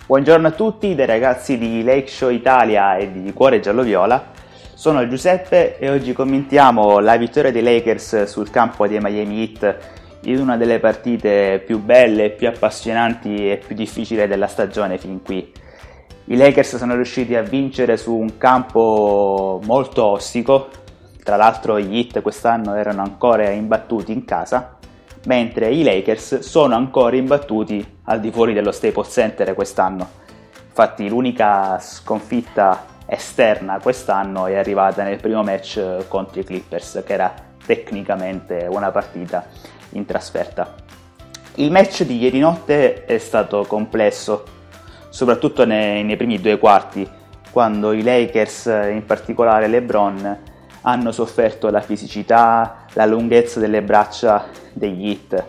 Buongiorno a tutti dai ragazzi di Lake Show Italia e di Cuore Giallo-Viola. Sono Giuseppe e oggi commentiamo la vittoria dei Lakers sul campo dei Miami Heat in una delle partite più belle, più appassionanti e più difficili della stagione fin qui. I Lakers sono riusciti a vincere su un campo molto ostico, tra l'altro gli Heat quest'anno erano ancora imbattuti in casa, mentre i Lakers sono ancora imbattuti al di fuori dello Staples Center quest'anno. Infatti l'unica sconfitta esterna quest'anno è arrivata nel primo match contro i Clippers, che era tecnicamente una partita in trasferta. Il match di ieri notte è stato complesso, soprattutto nei primi due quarti, quando i Lakers, in particolare LeBron, hanno sofferto la fisicità, la lunghezza delle braccia degli Heat.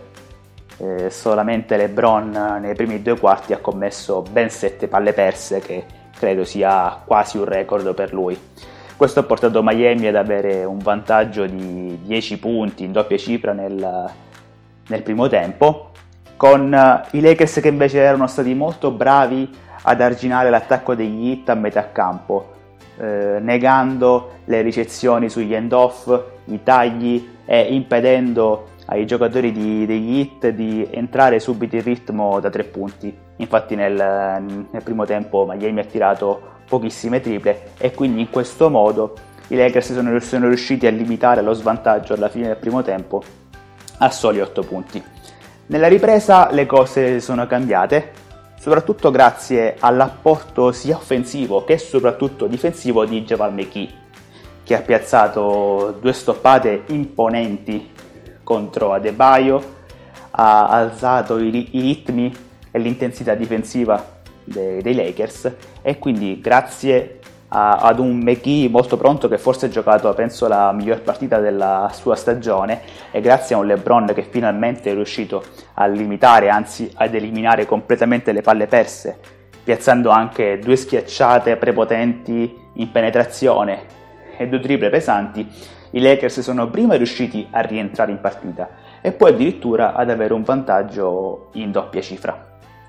Solamente LeBron nei primi due quarti ha commesso ben 7 palle perse, che credo sia quasi un record per lui. Questo ha portato Miami ad avere un vantaggio di 10 punti in doppia cifra nel primo tempo, con i Lakers che invece erano stati molto bravi ad arginare l'attacco degli Heat a metà campo, negando le ricezioni sugli end-off, i tagli e impedendo ai giocatori degli Heat di entrare subito in ritmo da 3 punti. Infatti nel primo tempo Miami ha tirato pochissime triple e quindi in questo modo i Lakers sono riusciti a limitare lo svantaggio alla fine del primo tempo a soli 8 punti. Nella ripresa le cose sono cambiate, soprattutto grazie all'apporto sia offensivo che soprattutto difensivo di Javal McGee, che ha piazzato 2 stoppate imponenti contro Adebayo, ha alzato i ritmi e l'intensità difensiva dei Lakers, e quindi grazie ad un McGee molto pronto, che forse ha giocato penso la miglior partita della sua stagione, e grazie a un LeBron che finalmente è riuscito a limitare, anzi ad eliminare completamente le palle perse, piazzando anche 2 schiacciate prepotenti in penetrazione e 2 triple pesanti, i Lakers sono prima riusciti a rientrare in partita e poi addirittura ad avere un vantaggio in doppia cifra.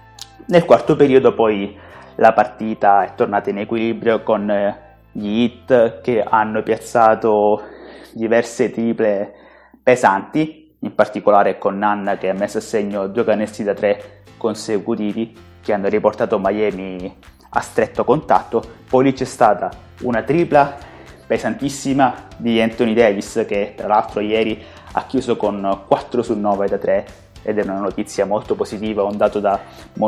Nel quarto periodo poi la partita è tornata in equilibrio, con gli Heat che hanno piazzato diverse triple pesanti, in particolare con Nunn che ha messo a segno 2 canestri da 3 consecutivi che hanno riportato Miami a stretto contatto. Poi lì c'è stata una tripla pesantissima di Anthony Davis, che tra l'altro ieri ha chiuso con 4 su 9 da 3, ed è una notizia molto positiva, un dato da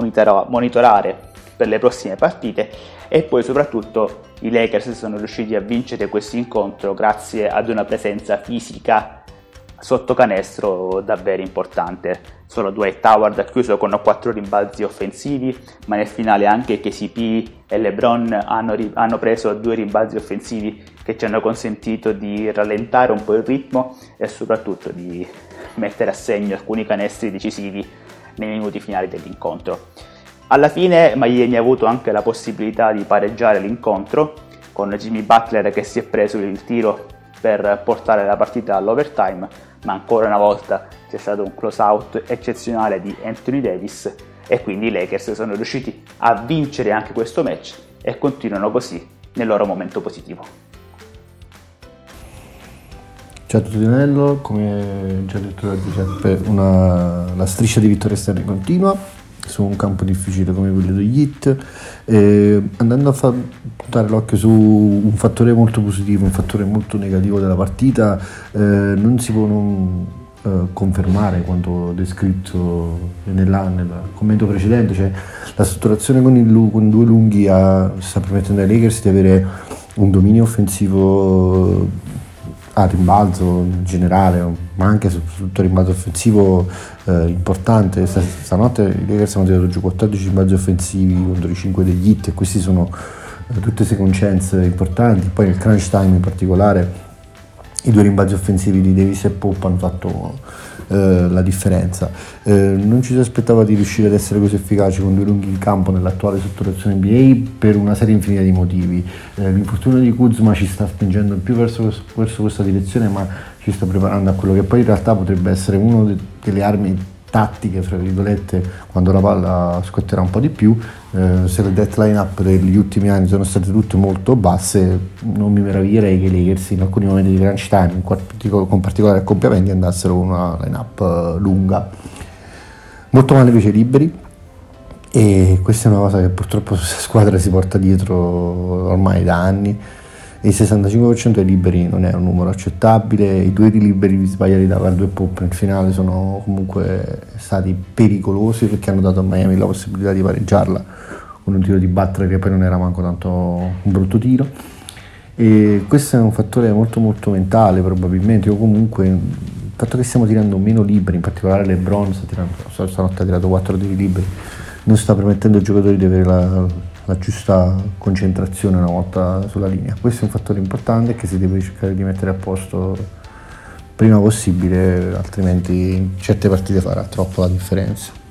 monitorare per le prossime partite. E poi soprattutto i Lakers sono riusciti a vincere questo incontro grazie ad una presenza fisica sotto canestro davvero importante. Solo Dwight Howard ha chiuso con 4 rimbalzi offensivi, ma nel finale anche KCP e LeBron hanno preso 2 rimbalzi offensivi che ci hanno consentito di rallentare un po' il ritmo e soprattutto di mettere a segno alcuni canestri decisivi nei minuti finali dell'incontro. Alla fine Miami ha avuto anche la possibilità di pareggiare l'incontro, con Jimmy Butler che si è preso il tiro per portare la partita all'overtime, ma ancora una volta c'è stato un close out eccezionale di Anthony Davis, e quindi i Lakers sono riusciti a vincere anche questo match e continuano così nel loro momento positivo. Ciao a tutti, Nello. Come già detto da Giuseppe, la striscia di vittorie esterne continua su un campo difficile come quello degli Heat, andando a puntare l'occhio su un fattore molto positivo, un fattore molto negativo della partita. Non si può non confermare quanto descritto nel commento precedente, cioè la strutturazione con 2 lunghi sta permettendo ai Lakers di avere un dominio offensivo a rimbalzo in generale, ma anche soprattutto a rimbalzo offensivo importante. Stanotte i Lakers hanno tirato giù 14 rimbalzi offensivi contro i 5 degli Heat, e questi sono tutte sequenze importanti. Poi nel crunch time in particolare i 2 rimbalzi offensivi di Davis e Pope hanno fatto la differenza. Non ci si aspettava di riuscire ad essere così efficaci con 2 lunghi in campo nell'attuale strutturazione NBA per una serie infinita di motivi. L'infortunio di Kuzma ci sta spingendo più verso questa direzione, ma ci sta preparando a quello che poi in realtà potrebbe essere una delle armi tattiche, fra virgolette, quando la palla scotterà un po' di più. Se le death line-up degli ultimi anni sono state tutte molto basse, non mi meraviglierei che i Lakers in alcuni momenti di crunch time, con particolari accoppiamenti, andassero con una line-up lunga. Molto male invece i liberi, e questa è una cosa che purtroppo questa squadra si porta dietro ormai da anni. Il 65% dei liberi non è un numero accettabile, i 2 liberi sbagliati da Caldwell Pope nel finale sono comunque stati pericolosi, perché hanno dato a Miami la possibilità di pareggiarla con un tiro di Butler che poi non era manco tanto un brutto tiro, e questo è un fattore molto molto mentale probabilmente, o comunque il fatto che stiamo tirando meno liberi, in particolare LeBron stanotte ha tirato 4 tiri liberi, non sta permettendo ai giocatori di avere la giusta concentrazione una volta sulla linea. Questo è un fattore importante che si deve cercare di mettere a posto prima possibile, altrimenti in certe partite farà troppo la differenza.